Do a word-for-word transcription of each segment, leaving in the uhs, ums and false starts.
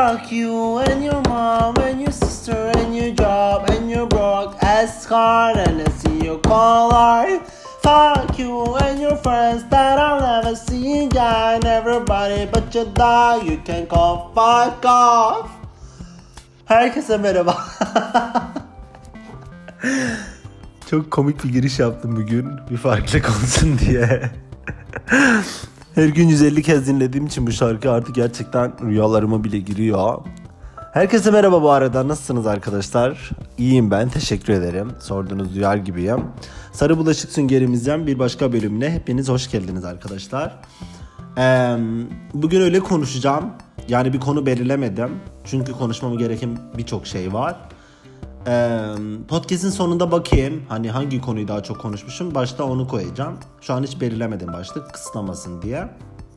Fuck you and your mom and your sister and your job and your broke ass car and I see your collar. Fuck you and your friends that I'll never see again. Everybody but your dog you can call fuck off. Herkese merhaba. Çok komik bir giriş yaptım bugün. Bir farklılık olsun diye. Her gün yüz elli kez dinlediğim için bu şarkı artık gerçekten rüyalarıma bile giriyor. Herkese merhaba bu arada. Nasılsınız arkadaşlar? İyiyim ben. Teşekkür ederim. Sorduğunuz duyar gibiyim. Sarı Bulaşık Süngerimizden bir başka bölümüne hepiniz hoş geldiniz arkadaşlar. Ee, bugün öyle konuşacağım. Yani bir konu belirlemedim. Çünkü konuşmam gereken birçok şey var. Ee, podcast'in sonunda bakayım. Hani hangi konuyu daha çok konuşmuşum. Başta onu koyacağım. Şu an hiç belirlemedim başlık. Kısıtlamasın diye.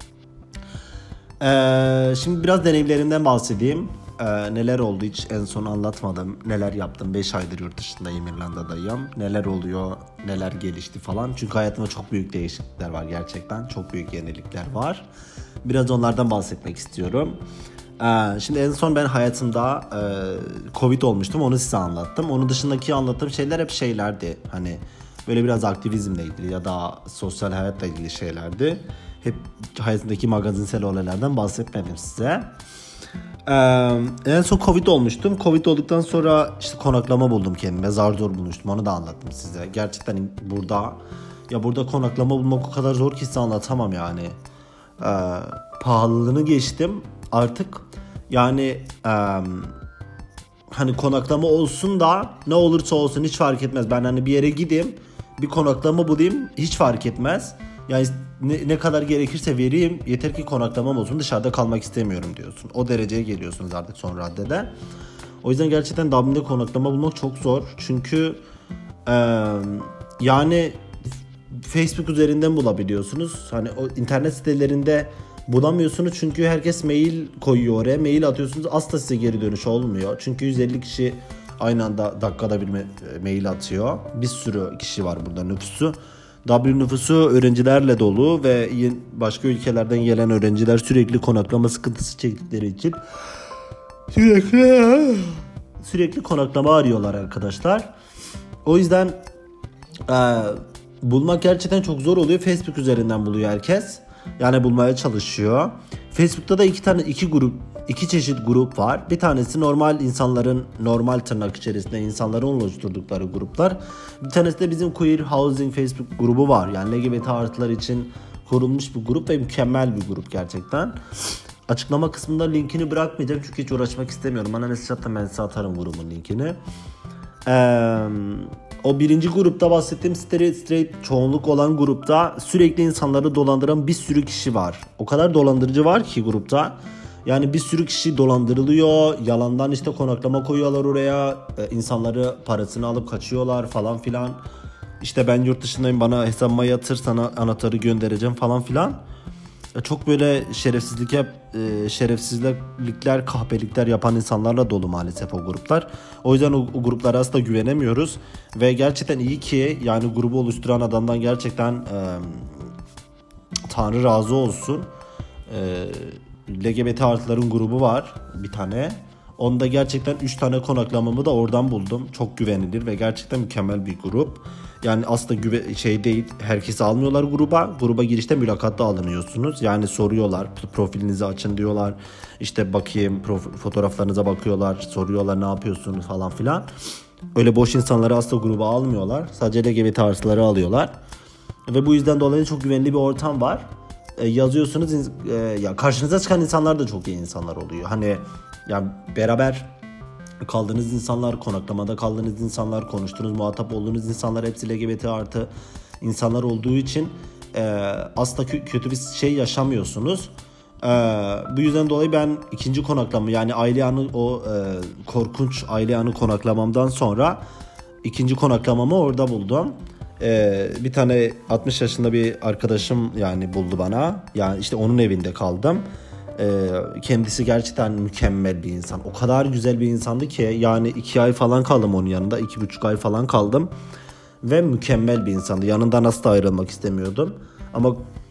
Ee, şimdi biraz deneyimlerimden bahsedeyim. Ee, neler oldu hiç en son anlatmadım. Neler yaptım. beş aydır yurt dışındayım, İrlanda'dayım. Neler oluyor, neler gelişti falan. Çünkü hayatımda çok büyük değişiklikler var gerçekten. Çok büyük yenilikler var. Biraz onlardan bahsetmek istiyorum. Ee, şimdi en son ben hayatımda e, Covid olmuştum. Onu size anlattım. Onun dışındaki anlattığım şeyler hep şeylerdi. Hani böyle biraz aktivizmle ilgili ya da sosyal hayatla ilgili şeylerdi. Hep hayatımdaki magazinsel olaylardan bahsetmedim size. Ee, en son Covid olmuştum. Covid olduktan sonra işte konaklama buldum kendime. Zar zor bulmuştum. Onu da anlattım size. Gerçekten burada ya burada konaklama bulmak o kadar zor ki size anlatamam yani. Ee, pahalılığını geçtim. Artık yani e, hani konaklama olsun da ne olursa olsun hiç fark etmez. Ben hani bir yere gideyim, bir konaklama bulayım hiç fark etmez. Yani ne, ne kadar gerekirse vereyim yeter ki konaklamam olsun, dışarıda kalmak istemiyorum diyorsun. O dereceye geliyorsunuz artık son raddede. O yüzden gerçekten Dublin'de konaklama bulmak çok zor. Çünkü e, yani Facebook üzerinden bulabiliyorsunuz. Hani o internet sitelerinde bulamıyorsunuz çünkü herkes mail koyuyor oraya. Mail atıyorsunuz, asla size geri dönüş olmuyor. Çünkü yüz elli kişi aynı anda dakikada bir mail atıyor. Bir sürü kişi var burada nüfusu. Dublin nüfusu öğrencilerle dolu ve başka ülkelerden gelen öğrenciler sürekli konaklama sıkıntısı çektikleri için sürekli sürekli konaklama arıyorlar arkadaşlar. O yüzden e, bulmak gerçekten çok zor oluyor. Facebook üzerinden buluyor herkes. Yani bulmaya çalışıyor. Facebook'ta da iki tane iki grup, iki çeşit grup var. Bir tanesi normal insanların, normal tırnak içerisinde insanların oluşturdukları gruplar. Bir tanesi de bizim Queer Housing Facebook grubu var. Yani L G B T artılar için kurulmuş bir grup ve mükemmel bir grup gerçekten. Açıklama kısmında linkini bırakmayacağım çünkü hiç uğraşmak istemiyorum. Bana mesaj atın, ben size atarım grubun linkini. Eee... O birinci grupta bahsettiğim straight, straight çoğunluk olan grupta sürekli insanları dolandıran bir sürü kişi var. O kadar dolandırıcı var ki grupta. Yani bir sürü kişi dolandırılıyor. Yalandan işte konaklama koyuyorlar oraya. Ee, insanları parasını alıp kaçıyorlar falan filan. İşte ben yurt dışındayım, bana hesabıma yatır, sana anahtarı göndereceğim falan filan. Çok böyle şerefsizlik yap, şerefsizlikler, kahpelikler yapan insanlarla dolu maalesef o gruplar. O yüzden o, o gruplara asla güvenemiyoruz. Ve gerçekten iyi ki yani grubu oluşturan adamdan gerçekten e, Tanrı razı olsun. E, L G B T artıların grubu var bir tane. Onda gerçekten üç tane konaklamamı da oradan buldum. Çok güvenilir ve gerçekten mükemmel bir grup. Yani aslında güve- şey değil, herkesi almıyorlar gruba. Gruba girişte mülakatta alınıyorsunuz. Yani soruyorlar, profilinizi açın diyorlar. İşte bakayım, prof- fotoğraflarınıza bakıyorlar, soruyorlar ne yapıyorsunuz falan filan. Öyle boş insanları asla gruba almıyorlar. Sadece L G B T artıları alıyorlar. Ve bu yüzden dolayı çok güvenli bir ortam var. E, yazıyorsunuz, e, ya karşınıza çıkan insanlar da çok iyi insanlar oluyor. Hani ya beraber kaldığınız insanlar, konaklamada kaldığınız insanlar, konuştuğunuz, muhatap olduğunuz insanlar hepsi L G B T artı insanlar olduğu için e, asla kö- kötü bir şey yaşamıyorsunuz. E, bu yüzden dolayı ben ikinci konaklama, yani aile anı, o e, korkunç aile anı konaklamamdan sonra ikinci konaklamamı orada buldum. E, bir tane altmış yaşında bir arkadaşım yani buldu bana. Yani işte onun evinde kaldım. Kendisi gerçekten mükemmel bir insan. O kadar güzel bir insandı ki yani iki ay falan kaldım onun yanında. iki buçuk ay falan kaldım. Ve mükemmel bir insandı. Yanından asla ayrılmak istemiyordum. Ama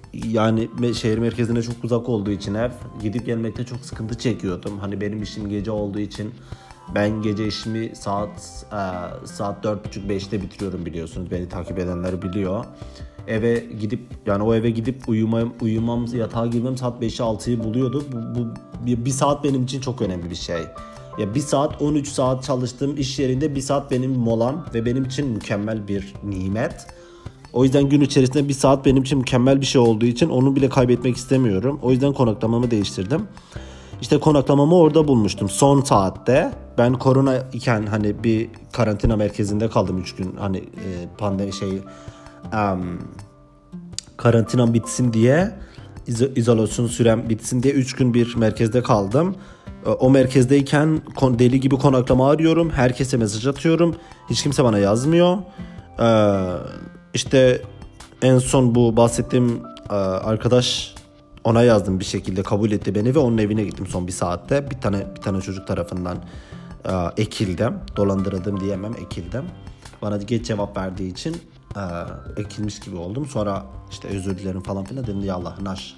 yani me- şehir merkezine çok uzak olduğu için ev, gidip gelmekte çok sıkıntı çekiyordum. Hani benim işim gece olduğu için ben gece işimi saat e, saat dört buçuk beşte bitiriyorum, biliyorsunuz. Beni takip edenler biliyor. Eve gidip yani o eve gidip uyumam, uyumam yatağa girmem saat beşi altıyı buluyordu. Bu, bu bir, bir saat benim için çok önemli bir şey. Ya bir saat, on üç saat çalıştığım iş yerinde bir saat benim molam ve benim için mükemmel bir nimet. O yüzden gün içerisinde bir saat benim için mükemmel bir şey olduğu için onu bile kaybetmek istemiyorum. O yüzden konaklamamı değiştirdim. İşte konaklamamı orada bulmuştum son saatte. Ben korona iken hani bir karantina merkezinde kaldım üç gün. Hani e, pandemi şey um, karantinam bitsin diye, iz- izolasyon sürem bitsin diye üç gün bir merkezde kaldım. O merkezdeyken deli gibi konaklama arıyorum. Herkese mesaj atıyorum. Hiç kimse bana yazmıyor. Ee, işte en son bu bahsettiğim e, arkadaş, ona yazdım, bir şekilde kabul etti beni ve onun evine gittim son bir saatte. Bir tane bir tane çocuk tarafından e, ekildim. Dolandırıldım diyemem, ekildim. Bana geç cevap verdiği için e, ekilmiş gibi oldum. Sonra işte özür dilerim falan filan dedim, ya Allah naş.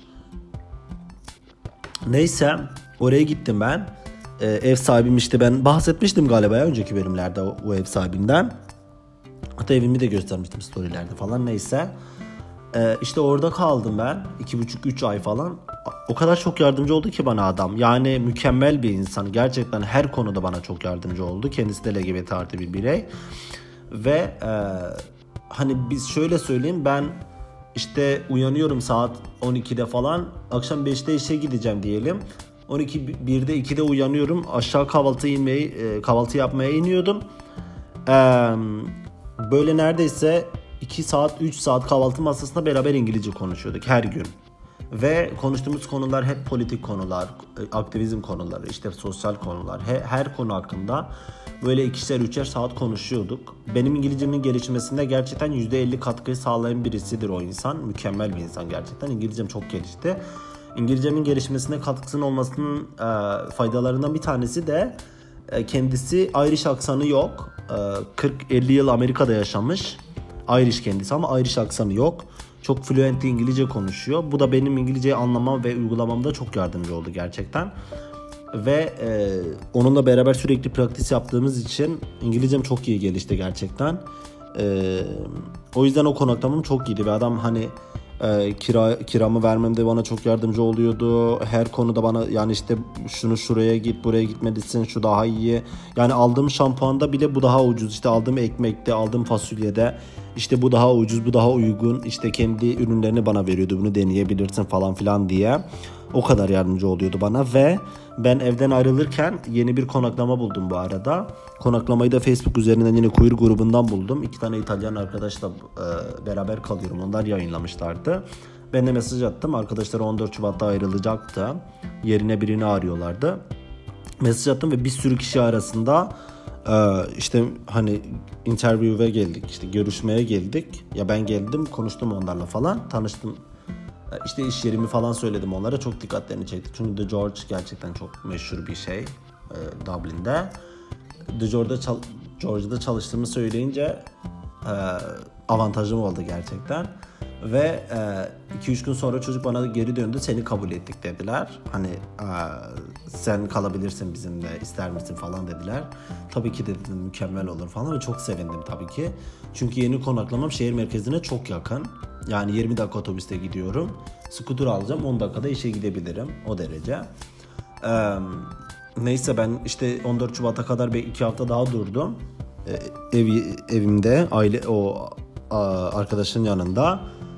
Neyse oraya gittim ben. Ee, ev sahibim, işte ben bahsetmiştim galiba ya önceki bölümlerde o, o ev sahibinden. Hatta evimi de göstermiştim storylerde falan, neyse. Ee, işte orada kaldım ben. iki buçuk üç ay falan. O kadar çok yardımcı oldu ki bana adam. Yani mükemmel bir insan. Gerçekten her konuda bana çok yardımcı oldu. Kendisi de L G B T artı bir birey. Ve e, hani biz şöyle söyleyeyim, ben işte uyanıyorum saat on ikide falan. Akşam beşte işe gideceğim diyelim. on iki birde ikide uyanıyorum. Aşağı kahvaltı inmeyi, kahvaltı yapmaya iniyordum. Ee, böyle neredeyse iki saat üç saat kahvaltı masasında beraber İngilizce konuşuyorduk her gün. Ve konuştuğumuz konular hep politik konular, aktivizm konuları, işte sosyal konular. Her, her konu hakkında böyle ikişer üçer saat konuşuyorduk. Benim İngilizcemin gelişmesinde gerçekten yüzde elli katkıyı sağlayan birisidir o insan. Mükemmel bir insan gerçekten. İngilizcem çok gelişti. İngilizcemin gelişmesine katkısının olmasının e, faydalarından bir tanesi de e, kendisi Irish aksanı yok. E, kırk elli yıl Amerika'da yaşamış. Irish kendisi ama Irish aksanı yok. Çok fluent İngilizce konuşuyor. Bu da benim İngilizceyi anlamam ve uygulamamda çok yardımcı oldu gerçekten. Ve e, onunla beraber sürekli praktis yaptığımız için İngilizcem çok iyi gelişti gerçekten. E, o yüzden o konaklamam çok iyiydi ve adam hani e, kira kiramı vermemde bana çok yardımcı oluyordu. Her konuda bana yani işte şunu şuraya git, buraya gitmelisin, şu daha iyi. Yani aldığım şampuanda bile bu daha ucuz. İşte aldığım ekmekte, aldığım fasulyede işte bu daha ucuz, bu daha uygun. İşte kendi ürünlerini bana veriyordu. Bunu deneyebilirsin falan filan diye. O kadar yardımcı oluyordu bana ve ben evden ayrılırken yeni bir konaklama buldum bu arada. Konaklamayı da Facebook üzerinden yine Queer grubundan buldum. İki tane İtalyan arkadaşla e, beraber kalıyorum. Onlar yayınlamışlardı. Ben de mesaj attım. Arkadaşlar on dört Şubat'ta ayrılacaktı. Yerine birini arıyorlardı. Mesaj attım ve bir sürü kişi arasında e, işte hani interview'e geldik. İşte görüşmeye geldik. Ya ben geldim, konuştum onlarla falan. Tanıştım. İşte iş yerimi falan söyledim onlara. Çok dikkatlerini çekti. Çünkü The George gerçekten çok meşhur bir şey e, Dublin'de. The George'da, çal- George'da çalıştığımı söyleyince e, avantajım oldu gerçekten. Ve iki üç gün sonra çocuk bana geri döndü. Seni kabul ettik dediler. Hani e, sen kalabilirsin bizimle, ister misin falan dediler. Tabii ki dedim, mükemmel olur falan ve çok sevindim tabii ki. Çünkü yeni konaklamam şehir merkezine çok yakın. Yani yirmi dakika otobüste gidiyorum. Scooter alacağım, on dakikada işe gidebilirim. O derece. Ee, neyse ben işte on dört Şubat'a kadar bir iki hafta daha durdum. Ee, ev, evimde, aile o a, arkadaşın yanında.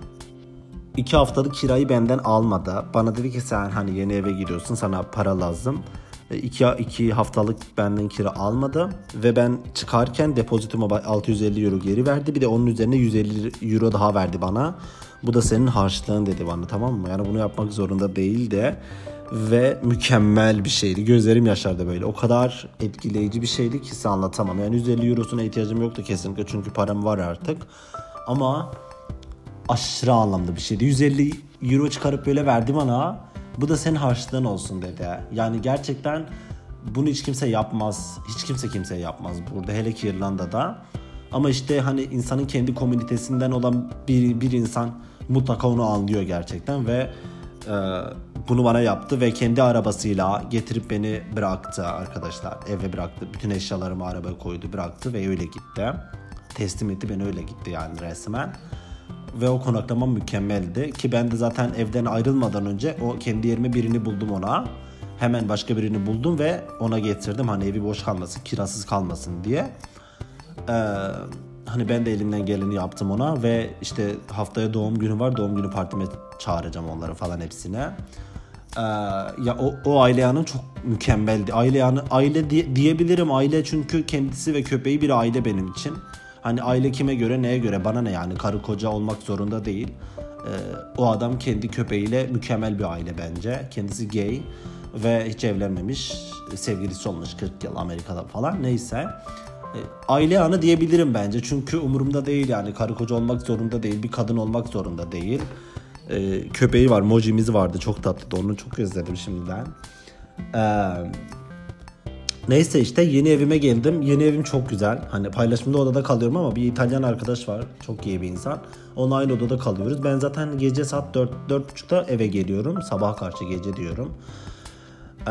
İki haftalık kirayı benden almadı. Bana dedi ki sen hani yeni eve gidiyorsun, sana para lazım. İki, iki haftalık benden kira almadı. Ve ben çıkarken depozitoma altı yüz elli euro geri verdi. Bir de onun üzerine yüz elli euro daha verdi bana. Bu da senin harçlığın dedi bana, tamam mı? Yani bunu yapmak zorunda değildi. Ve mükemmel bir şeydi. Gözlerim yaşardı böyle. O kadar etkileyici bir şeydi ki size anlatamam. Yani yüz elli eurosuna ihtiyacım yoktu kesinlikle. Çünkü param var artık. Ama aşırı anlamda bir şeydi. yüz elli euro çıkarıp böyle verdi bana. Bu da senin harçlığın olsun dedi. Yani gerçekten bunu hiç kimse yapmaz. Hiç kimse kimseye yapmaz burada. Hele ki İrlanda'da. Ama işte hani insanın kendi komünitesinden olan bir, bir insan mutlaka onu anlıyor gerçekten ve e, bunu bana yaptı ve kendi arabasıyla getirip beni bıraktı arkadaşlar. Eve bıraktı. Bütün eşyalarımı arabaya koydu, bıraktı ve öyle gitti. Teslim etti, beni öyle gitti yani resmen. Ve o konaklama mükemmeldi ki ben de zaten evden ayrılmadan önce o kendi yerime birini buldum ona. Hemen başka birini buldum ve ona getirdim. Hani evi boş kalmasın, kirasız kalmasın diye. Ee, hani ben de elimden geleni yaptım ona ve işte haftaya doğum günü var. Doğum günü partime çağıracağım onları falan hepsine. Ee, ya o, o aile yanı çok mükemmeldi. Aile yanı aile diye, diyebilirim aile çünkü kendisi ve köpeği bir aile benim için. Hani aile kime göre neye göre bana ne yani karı koca olmak zorunda değil. Ee, o adam kendi köpeğiyle mükemmel bir aile bence. Kendisi gay ve hiç evlenmemiş. Sevgilisi olmuş kırk yıl Amerika'da falan neyse. Ee, aile anı diyebilirim bence. Çünkü umurumda değil yani karı koca olmak zorunda değil. Bir kadın olmak zorunda değil. Ee, köpeği var, Moji'miz vardı çok tatlıydı. Onu çok özledim şimdiden. Eee Neyse işte yeni evime geldim. Yeni evim çok güzel. Hani paylaşımlı odada kalıyorum ama bir İtalyan arkadaş var. Çok iyi bir insan. Onunla aynı odada kalıyoruz. Ben zaten gece saat dört dört buçukta eve geliyorum. Sabah karşı gece diyorum. Ee,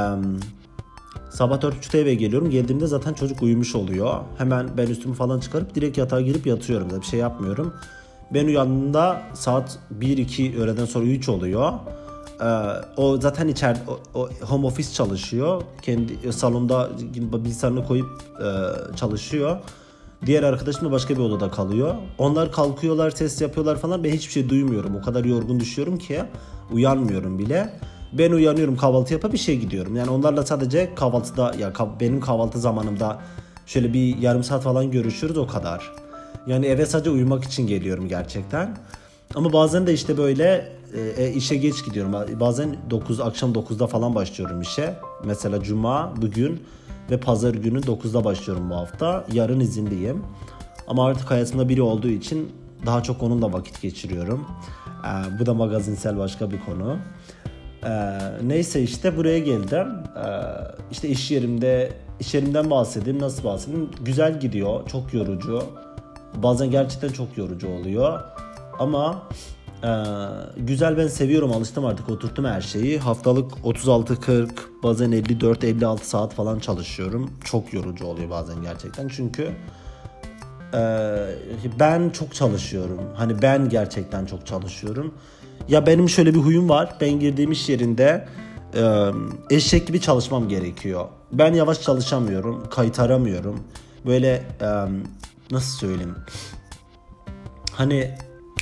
sabah dört buçukta eve geliyorum. Geldiğimde zaten çocuk uyumuş oluyor. Hemen ben üstümü falan çıkarıp direkt yatağa girip yatıyorum. Bir şey yapmıyorum. Ben uyandığımda saat bir iki öğleden sonra üç oluyor. Ee, o zaten içeride o, o home office çalışıyor. Kendi salonda bilgisayarını koyup e, çalışıyor. Diğer arkadaşım da başka bir odada kalıyor. Onlar kalkıyorlar, ses yapıyorlar falan. Ben hiçbir şey duymuyorum. O kadar yorgun düşüyorum ki uyanmıyorum bile. Ben uyanıyorum, kahvaltı yapıp bir şey gidiyorum. Yani onlarla sadece kahvaltıda ya benim kahvaltı zamanımda şöyle bir yarım saat falan görüşürüz o kadar. Yani eve sadece uyumak için geliyorum gerçekten. Ama bazen de işte böyle e, işe geç gidiyorum. Bazen dokuz akşam dokuzda falan başlıyorum işe. Mesela cuma bugün ve pazar günü dokuzda başlıyorum bu hafta. Yarın izinliyim. Ama artık hayatımda biri olduğu için daha çok onunla vakit geçiriyorum. E, bu da magazinsel başka bir konu. E, neyse işte buraya geldim. E, işte iş yerimde iş yerimden bahsedeyim. Nasıl bahsedeyim? Güzel gidiyor. Çok yorucu. Bazen gerçekten çok yorucu oluyor. Ama e, güzel, ben seviyorum, alıştım artık, oturttum her şeyi. Haftalık otuz altı kırk bazen elli dört elli altı saat falan çalışıyorum. Çok yorucu oluyor bazen gerçekten çünkü e, ben çok çalışıyorum. Hani ben gerçekten çok çalışıyorum. Ya benim şöyle bir huyum var. Ben girdiğim iş yerinde e, eşek gibi çalışmam gerekiyor. Ben yavaş çalışamıyorum, kaytaramıyorum. Böyle e, nasıl söyleyeyim? Hani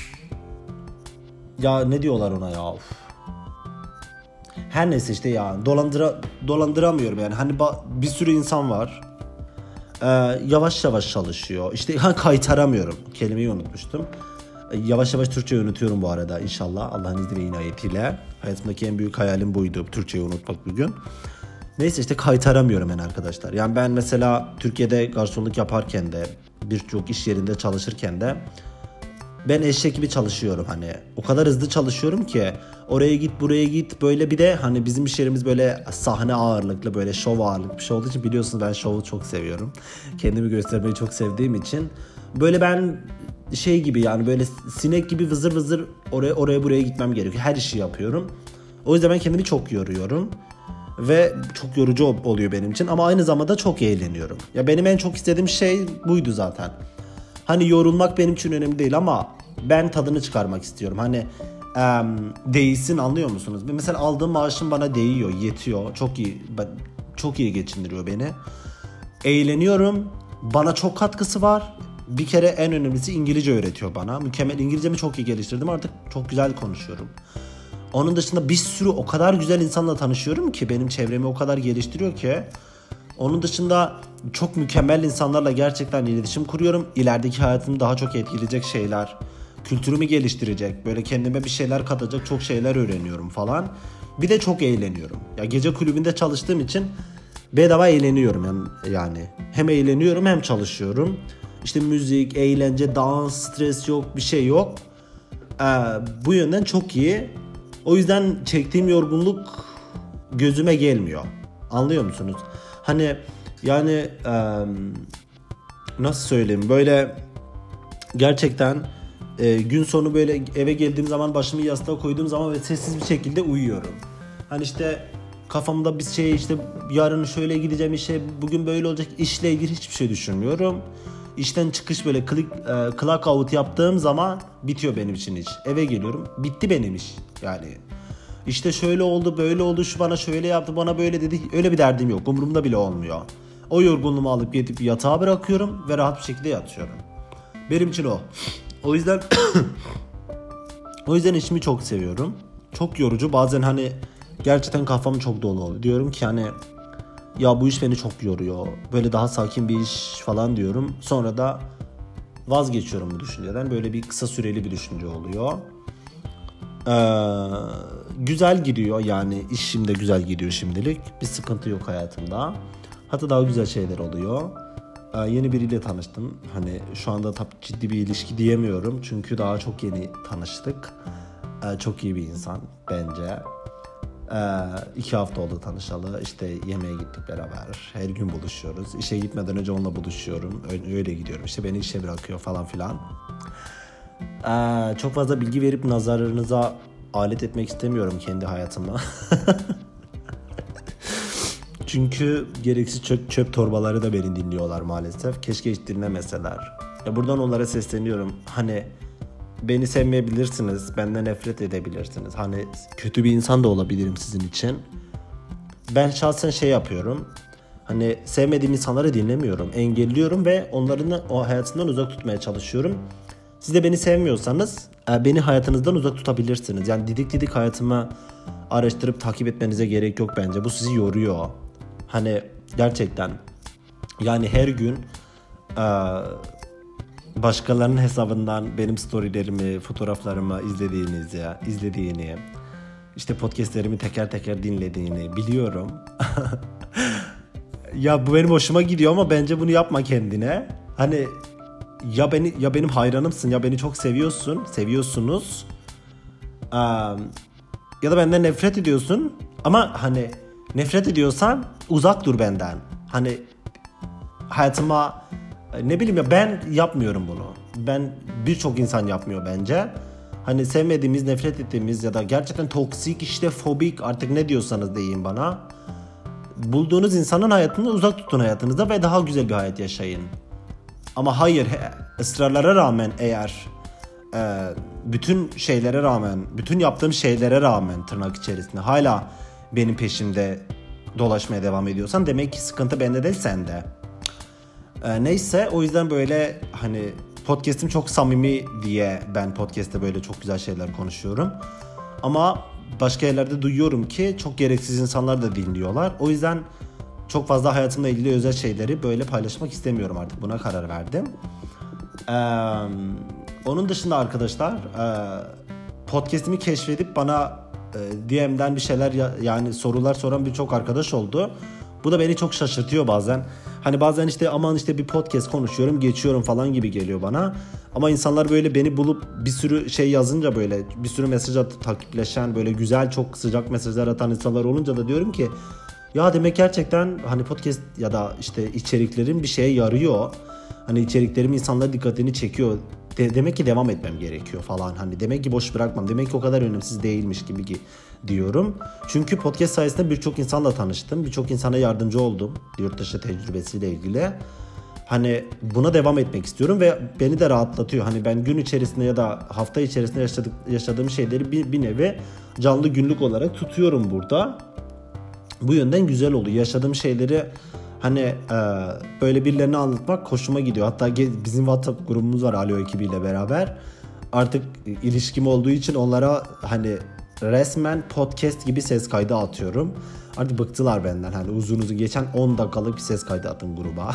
ya ne diyorlar ona ya? Of. Her neyse işte ya dolandıra dolandıramıyorum yani. Hani ba- bir sürü insan var. Ee, yavaş yavaş çalışıyor. İşte ha, kaytaramıyorum. Kelimeyi unutmuştum. Ee, yavaş yavaş Türkçe unutuyorum bu arada inşallah. Allah'ın izniyle ve inayetiyle. Hayatımdaki en büyük hayalim buydu. Türkçeyi unutmak bugün. Neyse işte kaytaramıyorum ben arkadaşlar. Yani ben mesela Türkiye'de garsonluk yaparken de birçok iş yerinde çalışırken de ben eşek gibi çalışıyorum hani. O kadar hızlı çalışıyorum ki oraya git buraya git böyle, bir de hani bizim iş yerimiz böyle sahne ağırlıklı, böyle şov ağırlıklı bir şey olduğu için biliyorsunuz ben şovu çok seviyorum. Kendimi göstermeyi çok sevdiğim için böyle ben şey gibi yani böyle sinek gibi vızır vızır oraya oraya buraya gitmem gerekiyor. Her işi yapıyorum. O yüzden ben kendimi çok yoruyorum. Ve çok yorucu oluyor benim için ama aynı zamanda çok eğleniyorum. Ya benim en çok istediğim şey buydu zaten. Hani yorulmak benim için önemli değil ama ben tadını çıkarmak istiyorum. Hani e, değsin, anlıyor musunuz? Mesela aldığım maaşım bana değiyor, yetiyor. Çok iyi, çok iyi geçindiriyor beni. Eğleniyorum. Bana çok katkısı var. Bir kere en önemlisi İngilizce öğretiyor bana. Mükemmel, İngilizcemi çok iyi geliştirdim. Artık çok güzel konuşuyorum. Onun dışında bir sürü o kadar güzel insanla tanışıyorum ki benim çevremi o kadar geliştiriyor ki. Onun dışında çok mükemmel insanlarla gerçekten iletişim kuruyorum. İlerideki hayatımı daha çok etkileyecek şeyler, kültürümü geliştirecek, böyle kendime bir şeyler katacak çok şeyler öğreniyorum falan. Bir de çok eğleniyorum. Ya gece kulübünde çalıştığım için bedava eğleniyorum yani. yani. Hem eğleniyorum hem çalışıyorum. İşte müzik, eğlence, dans, stres yok, bir şey yok. Ee, bu yönden çok iyi. O yüzden çektiğim yorgunluk gözüme gelmiyor. Anlıyor musunuz? Hani yani e, nasıl söyleyeyim, böyle gerçekten e, gün sonu böyle eve geldiğim zaman başımı yastığa koyduğum zaman ve sessiz bir şekilde uyuyorum. Hani işte kafamda bir şey, işte yarın şöyle gideceğim işe, bugün böyle olacak, işle ilgili hiçbir şey düşünmüyorum. İşten çıkış böyle click, e, clock out yaptığım zaman bitiyor benim için iş. Eve geliyorum, bitti benim iş yani. İşte şöyle oldu, böyle oldu, şu bana şöyle yaptı, bana böyle dedi, öyle bir derdim yok, umurumda bile olmuyor. O yorgunluğumu alıp gidip yatağa bırakıyorum ve rahat bir şekilde yatıyorum. Benim için o. O yüzden o yüzden işimi çok seviyorum. Çok yorucu. Bazen hani gerçekten kafam çok dolu oluyor. Diyorum ki hani ya bu iş beni çok yoruyor. Böyle daha sakin bir iş falan diyorum. Sonra da vazgeçiyorum bu düşünceden. Böyle bir kısa süreli bir düşünce oluyor. Ee, güzel gidiyor yani, işim de güzel gidiyor şimdilik. Bir sıkıntı yok hayatımda. Hatta daha güzel şeyler oluyor. Ee, yeni biriyle tanıştım. Hani şu anda tabii ciddi bir ilişki diyemiyorum. Çünkü daha çok yeni tanıştık. Ee, çok iyi bir insan bence. Ee, iki hafta oldu tanışalı. İşte yemeğe gittik beraber. Her gün buluşuyoruz. İşe gitmeden önce onunla buluşuyorum. Öyle, öyle gidiyorum. İşte beni işe bırakıyor falan filan. Ee, çok fazla bilgi verip nazarlarınıza alet etmek istemiyorum kendi hayatıma. Çünkü gereksiz çöp, çöp torbaları da beni dinliyorlar maalesef. Keşke hiç dinlemeseler. Ya buradan onlara sesleniyorum. Hani beni sevmeyebilirsiniz, benden nefret edebilirsiniz. Hani kötü bir insan da olabilirim sizin için. Ben şahsen şey yapıyorum. Hani sevmediğim insanları dinlemiyorum, engelliyorum ve onların o hayatından uzak tutmaya çalışıyorum. Siz de beni sevmiyorsanız beni hayatınızdan uzak tutabilirsiniz. Yani didik didik hayatımı araştırıp takip etmenize gerek yok bence. Bu sizi yoruyor. Hani gerçekten yani her gün başkalarının hesabından benim storylerimi, fotoğraflarımı izlediğinizi, izlediğini, işte podcastlerimi teker teker dinlediğini biliyorum. Ya bu benim hoşuma gidiyor ama bence bunu yapma kendine. Hani ya beni ya benim hayranımsın, ya beni çok seviyorsun, seviyorsunuz. Ee, ya da benden nefret ediyorsun. Ama hani nefret ediyorsan uzak dur benden. Hani hayatıma ne bileyim ya, ben yapmıyorum bunu. Ben birçok insan yapmıyor bence. Hani sevmediğimiz, nefret ettiğimiz ya da gerçekten toksik, işte fobik, artık ne diyorsanız deyin bana. Bulduğunuz insanın hayatını uzak tutun hayatınızda ve daha güzel bir hayat yaşayın. Ama hayır, ısrarlara rağmen eğer e, bütün şeylere rağmen, bütün yaptığım şeylere rağmen tırnak içerisinde hala benim peşimde dolaşmaya devam ediyorsan demek ki sıkıntı bende değil, sende. E, neyse, o yüzden böyle hani podcast'im çok samimi diye ben podcast'te böyle çok güzel şeyler konuşuyorum. Ama başka yerlerde duyuyorum ki çok gereksiz insanlar da dinliyorlar. O yüzden çok fazla hayatımla ilgili özel şeyleri böyle paylaşmak istemiyorum artık. Buna karar verdim. Ee, onun dışında arkadaşlar e, podcast'imi keşfedip bana e, D M'den bir şeyler ya, yani sorular soran birçok arkadaş oldu. Bu da beni çok şaşırtıyor bazen. Hani bazen işte aman işte bir podcast konuşuyorum, geçiyorum falan gibi geliyor bana. Ama insanlar böyle beni bulup bir sürü şey yazınca, böyle bir sürü mesaj atıp takipleşen, böyle güzel, çok sıcak mesajlar atan insanlar olunca da diyorum ki ya demek gerçekten hani podcast ya da işte içeriklerim bir şeye yarıyor. Hani içeriklerim insanların dikkatini çekiyor. De- demek ki devam etmem gerekiyor falan. Hani demek ki boş bırakmam. Demek ki o kadar önemsiz değilmiş gibi ki diyorum. Çünkü podcast sayesinde birçok insanla tanıştım. Birçok insana yardımcı oldum. Yurt dışı tecrübesiyle ilgili. Hani buna devam etmek istiyorum ve beni de rahatlatıyor. Hani ben gün içerisinde ya da hafta içerisinde yaşadık, yaşadığım şeyleri bir, bir nevi canlı günlük olarak tutuyorum burada. Bu yönden güzel oluyor. Yaşadığım şeyleri hani e, böyle birilerine anlatmak hoşuma gidiyor. Hatta bizim WhatsApp grubumuz var Alo ekibiyle beraber. Artık ilişkim olduğu için onlara hani resmen podcast gibi ses kaydı atıyorum. Artık bıktılar benden. Hani uzun uzun, geçen on dakikalık bir ses kaydı attım gruba.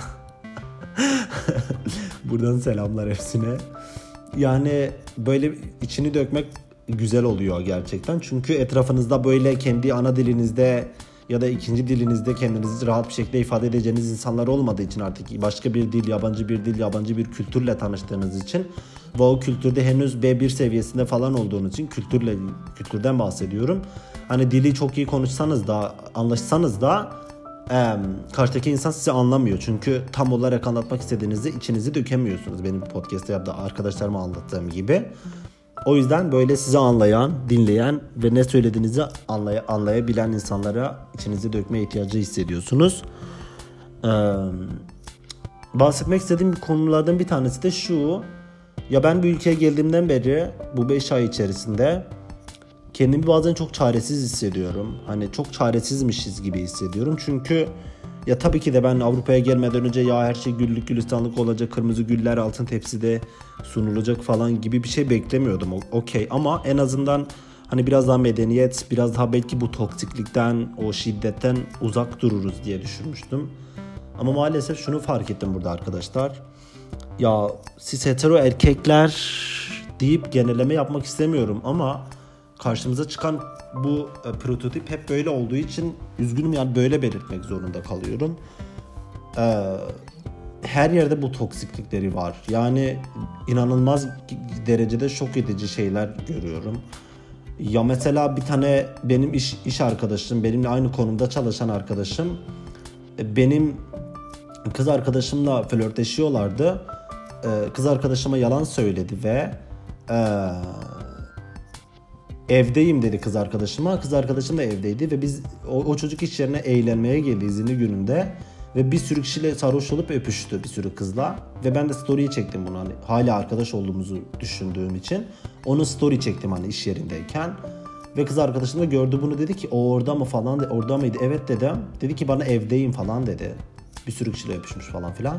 Buradan selamlar hepsine. Yani böyle içini dökmek güzel oluyor gerçekten. Çünkü etrafınızda böyle kendi ana dilinizde ya da ikinci dilinizde kendinizi rahat bir şekilde ifade edeceğiniz insanlar olmadığı için, artık başka bir dil, yabancı bir dil, yabancı bir kültürle tanıştığınız için ve o kültürde henüz B bir seviyesinde falan olduğunuz için, kültürle kültürden bahsediyorum. Hani dili çok iyi konuşsanız da, anlaşsanız da e, karşıdaki insan sizi anlamıyor. Çünkü tam olarak anlatmak istediğinizi içinizi dökemiyorsunuz. Benim podcast'te yaptığı arkadaşlarıma anlattığım gibi. O yüzden böyle sizi anlayan, dinleyen ve ne söylediğinizi anlay- anlayabilen insanlara içinizi dökme ihtiyacı hissediyorsunuz. Ee, bahsetmek istediğim konulardan bir tanesi de şu. Ya ben bu ülkeye geldiğimden beri bu beş ay içerisinde kendimi bazen çok çaresiz hissediyorum. Hani çok çaresizmişiz gibi hissediyorum. Çünkü ya tabii ki de ben Avrupa'ya gelmeden önce ya her şey güllük gülistanlık olacak, kırmızı güller altın tepside sunulacak falan gibi bir şey beklemiyordum. Okey, ama en azından hani biraz daha medeniyet, biraz daha belki bu toksiklikten, o şiddetten uzak dururuz diye düşünmüştüm. Ama maalesef şunu fark ettim burada arkadaşlar. Ya siz hetero erkekler deyip genelleme yapmak istemiyorum ama karşımıza çıkan bu e, prototip hep böyle olduğu için üzgünüm, yani böyle belirtmek zorunda kalıyorum. Ee, her yerde bu toksiklikleri var. Yani inanılmaz derecede şok edici şeyler görüyorum. Ya mesela bir tane benim iş, iş arkadaşım, benimle aynı konumda çalışan arkadaşım, benim kız arkadaşımla flörtleşiyorlardı. Ee, kız arkadaşıma yalan söyledi ve ee, evdeyim dedi kız arkadaşıma. Kız arkadaşım da evdeydi ve biz o, o çocuk iş yerine eğlenmeye geldi izinli gününde ve bir sürü kişiyle sarhoş olup öpüştü bir sürü kızla ve ben de story'yi çektim bunu, hani hala arkadaş olduğumuzu düşündüğüm için onun story çektim hani iş yerindeyken ve kız arkadaşım da gördü bunu, dedi ki o orada mı falan, de, orada mıydı, evet dedim, dedi ki bana evdeyim falan dedi, bir sürü kişiyle öpüşmüş falan filan.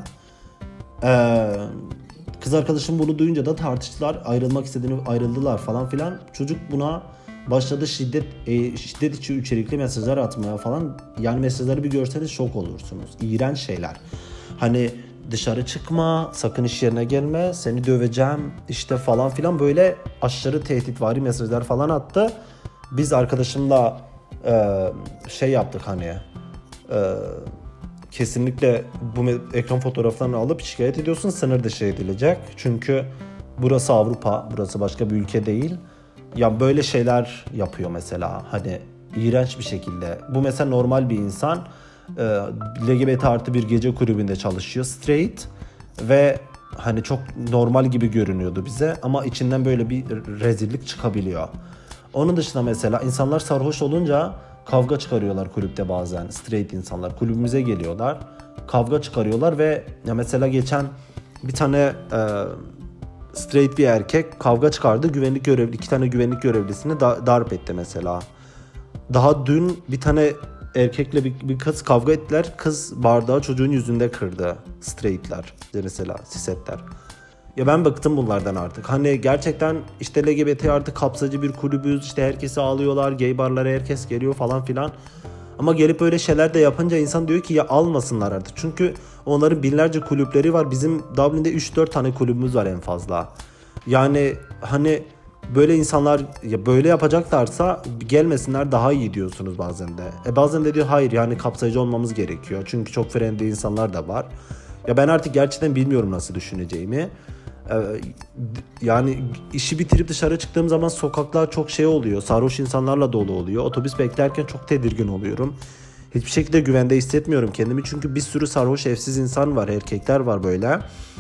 Ee, kız arkadaşım bunu duyunca da tartıştılar, ayrılmak istediğini ayrıldılar falan filan. Çocuk buna başladı şiddet e, şiddet içi içerikli mesajlar atmaya falan. Yani mesajları bir görseniz şok olursunuz. İğrenç şeyler. Hani dışarı çıkma, sakın iş yerine gelme, seni döveceğim işte falan filan, böyle aşırı tehditvari mesajlar falan attı. Biz arkadaşımla e, şey yaptık hani e, kesinlikle bu ekran fotoğraflarını alıp şikayet ediyorsun, sınır dışı edilecek. Çünkü burası Avrupa, burası başka bir ülke değil. Ya böyle şeyler yapıyor mesela, hani iğrenç bir şekilde. Bu mesela normal bir insan, e, L G B T artı bir gece kulübünde çalışıyor, straight ve hani çok normal gibi görünüyordu bize ama içinden böyle bir rezillik çıkabiliyor. Onun dışında mesela insanlar sarhoş olunca kavga çıkarıyorlar kulüpte bazen. Straight insanlar kulübümüze geliyorlar, kavga çıkarıyorlar ve ya mesela geçen bir tane e, straight bir erkek kavga çıkardı. Güvenlik görevli, iki tane güvenlik görevlisini da, darp etti mesela. Daha dün bir tane erkekle bir, bir kız kavga ettiler. Kız bardağı çocuğun yüzünde kırdı. Straightler mesela, sisetler. Ya ben bıktım bunlardan artık. Hani gerçekten işte L G B T artık kapsacı bir kulübüz. İşte herkesi ağlıyorlar. Gay barlara herkes geliyor falan filan. Ama gelip öyle şeyler de yapınca insan diyor ki ya almasınlar artık. Çünkü onların binlerce kulüpleri var. Bizim Dublin'de üç dört tane kulübümüz var en fazla. Yani hani böyle insanlar ya böyle yapacaklarsa gelmesinler daha iyi diyorsunuz bazen de. E bazen de diyor hayır, yani kapsayıcı olmamız gerekiyor. Çünkü çok friendly insanlar da var. Ya ben artık gerçekten bilmiyorum nasıl düşüneceğimi. Ee, yani işi bitirip dışarı çıktığım zaman sokaklar çok şey oluyor. Sarhoş insanlarla dolu oluyor. Otobüs beklerken çok tedirgin oluyorum. Hiçbir şekilde güvende hissetmiyorum kendimi. Çünkü bir sürü sarhoş evsiz insan var. Erkekler var böyle.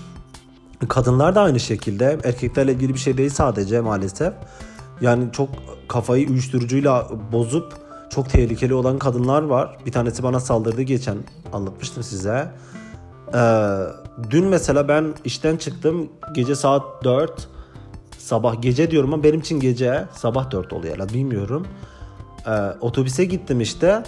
Kadınlar da aynı şekilde. Erkeklerle ilgili bir şey değil sadece maalesef. Yani çok kafayı uyuşturucuyla bozup çok tehlikeli olan kadınlar var. Bir tanesi bana saldırdı geçen, anlatmıştım size. Ee, dün mesela ben işten çıktım gece saat dört, sabah gece diyorum ama benim için gece sabah dört oluyor ya, bilmiyorum. Ee, otobüse gittim işte.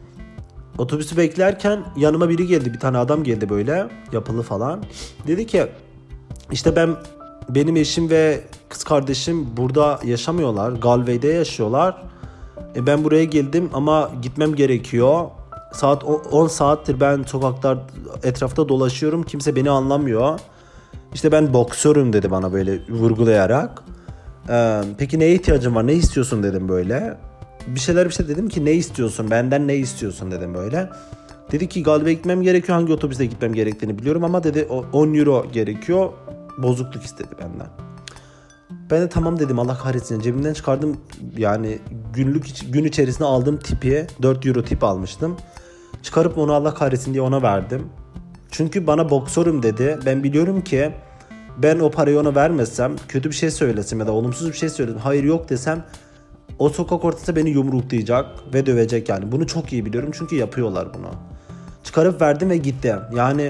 Otobüsü beklerken yanıma biri geldi, bir tane adam geldi böyle yapılı falan. Dedi ki işte ben benim eşim ve kız kardeşim burada yaşamıyorlar, Galway'de yaşıyorlar. E ben buraya geldim ama gitmem gerekiyor. Saat on saattir ben sokaklar etrafta dolaşıyorum. Kimse beni anlamıyor. İşte ben boksörüm dedi bana böyle vurgulayarak. Ee, peki neye ihtiyacın var? Ne istiyorsun dedim böyle. Bir şeyler bir şey dedim ki ne istiyorsun? Benden ne istiyorsun dedim böyle. Dedi ki Galway'e gitmem gerekiyor. Hangi otobüste gitmem gerektiğini biliyorum ama dedi on euro gerekiyor. Bozukluk istedi benden. Ben de tamam dedim, Allah kahretsin. Cebimden çıkardım yani günlük gün içerisinde aldığım tipi, dört euro tip almıştım. Çıkarıp onu Allah kahretsin diye ona verdim. Çünkü bana boksörüm dedi. Ben biliyorum ki ben o parayı ona vermesem, kötü bir şey söylesem ya da olumsuz bir şey söylesem, hayır yok desem, o sokak ortasında beni yumruklayacak ve dövecek yani. Bunu çok iyi biliyorum çünkü yapıyorlar bunu. Çıkarıp verdim ve gitti. Yani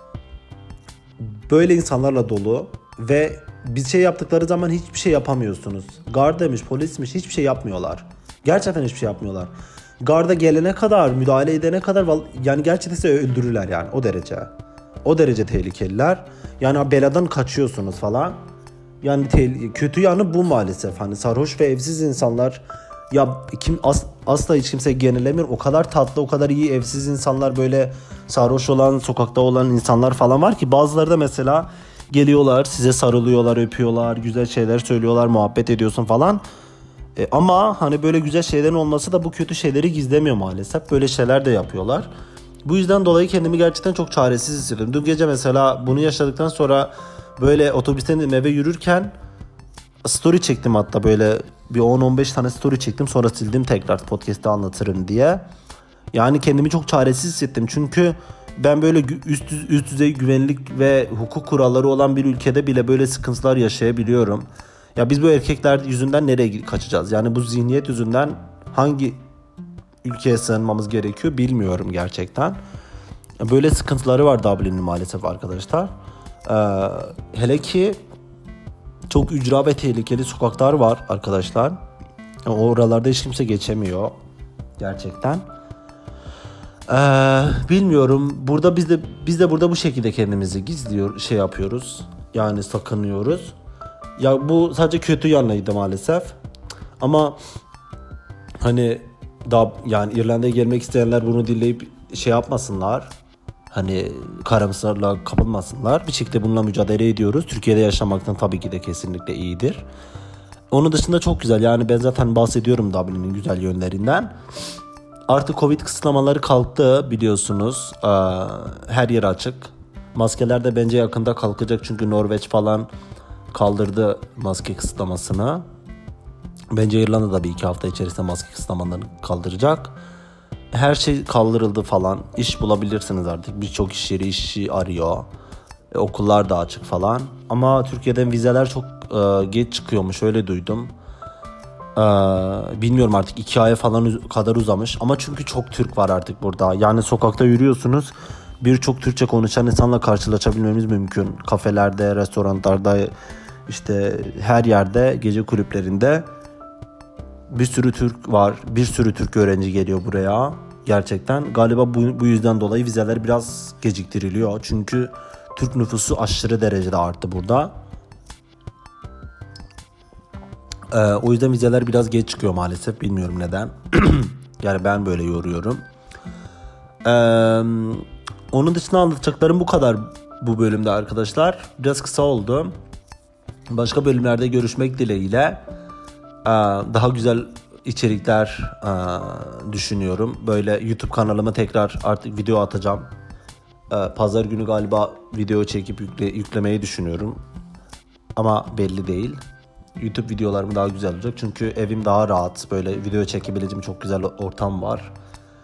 böyle insanlarla dolu ve bir şey yaptıkları zaman hiçbir şey yapamıyorsunuz. Gardamış, polismiş, hiçbir şey yapmıyorlar. Gerçekten hiçbir şey yapmıyorlar. Garda gelene kadar, müdahale edene kadar yani gerçekten size öldürürler yani o derece. O derece tehlikeliler. Yani beladan kaçıyorsunuz falan. Yani te- kötü yanı bu maalesef. Hani sarhoş ve evsiz insanlar, ya kim as- asla hiç kimse genellemiyor. O kadar tatlı, o kadar iyi evsiz insanlar, böyle sarhoş olan, sokakta olan insanlar falan var ki bazıları da mesela geliyorlar, size sarılıyorlar, öpüyorlar, güzel şeyler söylüyorlar, muhabbet ediyorsun falan. E, ama hani böyle güzel şeylerin olması da bu kötü şeyleri gizlemiyor maalesef. Böyle şeyler de yapıyorlar. Bu yüzden dolayı kendimi gerçekten çok çaresiz hissediyorum. Dün gece mesela bunu yaşadıktan sonra böyle otobüsten eve yürürken story çektim, hatta böyle bir on on beş tane story çektim, sonra sildim tekrar podcast'te anlatırım diye. Yani kendimi çok çaresiz hissettim çünkü ben böyle üst, üst düzey güvenlik ve hukuk kuralları olan bir ülkede bile böyle sıkıntılar yaşayabiliyorum. Ya biz bu erkekler yüzünden nereye kaçacağız? Yani bu zihniyet yüzünden hangi ülkeye sığınmamız gerekiyor bilmiyorum gerçekten. Böyle sıkıntıları var Dublin'in maalesef arkadaşlar. Ee, hele ki çok ücra ve tehlikeli sokaklar var arkadaşlar. Oralarda hiç kimse geçemiyor gerçekten. Ee, bilmiyorum. Burada biz de biz de burada bu şekilde kendimizi gizliyor, şey yapıyoruz. Yani sakınıyoruz. Ya bu sadece kötü yanıydı maalesef. Ama hani daha yani İrlanda'ya gelmek isteyenler bunu dinleyip şey yapmasınlar. Hani karamsarlığa kapılmasınlar. Bir şekilde bununla mücadele ediyoruz. Türkiye'de yaşamaktan tabii ki de kesinlikle iyidir. Onun dışında çok güzel. Yani ben zaten bahsediyorum Dublin'in güzel yönlerinden. Artık Covid kısıtlamaları kalktı biliyorsunuz. Her yer açık. Maskeler de bence yakında kalkacak. Çünkü Norveç falan kaldırdı maske kısıtlamasını. Bence İrlanda da bir iki hafta içerisinde maske kısıtlamalarını kaldıracak. Her şey kaldırıldı falan. İş bulabilirsiniz artık. Birçok iş yeri işi arıyor. E, okullar da açık falan. Ama Türkiye'den vizeler çok e, geç çıkıyormuş. Öyle duydum. E, bilmiyorum artık iki aya falan kadar uzamış. Ama çünkü çok Türk var artık burada. Yani sokakta yürüyorsunuz. Birçok Türkçe konuşan insanla karşılaşabilmemiz mümkün. Kafelerde, restoranlarda, işte her yerde, gece kulüplerinde. Bir sürü Türk var. Bir sürü Türk öğrenci geliyor buraya. Gerçekten. Galiba bu, bu yüzden dolayı vizeler biraz geciktiriliyor. Çünkü Türk nüfusu aşırı derecede arttı burada. Ee, o yüzden vizeler biraz geç çıkıyor maalesef. Bilmiyorum neden. Yani ben böyle yoruyorum. Ee, onun dışında anlatacaklarım bu kadar bu bölümde arkadaşlar. Biraz kısa oldu. Başka bölümlerde görüşmek dileğiyle. Daha güzel içerikler düşünüyorum. Böyle YouTube kanalıma tekrar artık video atacağım. Pazar günü galiba video çekip yükle, yüklemeyi düşünüyorum. Ama belli değil. YouTube videolarım daha güzel olacak. Çünkü evim daha rahat. Böyle video çekebileceğim çok güzel ortam var.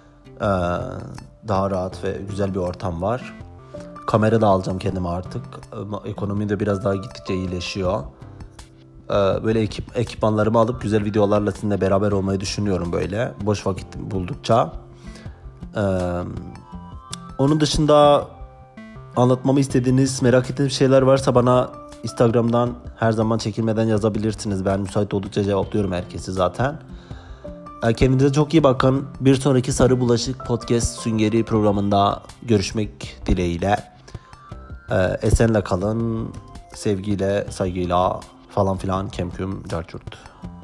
Daha rahat ve güzel bir ortam var. Kamera da alacağım kendime artık. Ekonomi de biraz daha gittikçe iyileşiyor. Böyle ekip, ekipmanlarımı alıp güzel videolarla sizinle beraber olmayı düşünüyorum böyle. Boş vakit buldukça. Ee, onun dışında anlatmamı istediğiniz, merak ettiğiniz şeyler varsa bana Instagram'dan her zaman çekinmeden yazabilirsiniz. Ben müsait oldukça cevaplıyorum herkesi zaten. Ee, kendinize çok iyi bakın. Bir sonraki Sarı Bulaşık Podcast Süngeri programında görüşmek dileğiyle. Ee, esenle kalın. Sevgiyle, saygıyla falan filan, kemküm, carçurt.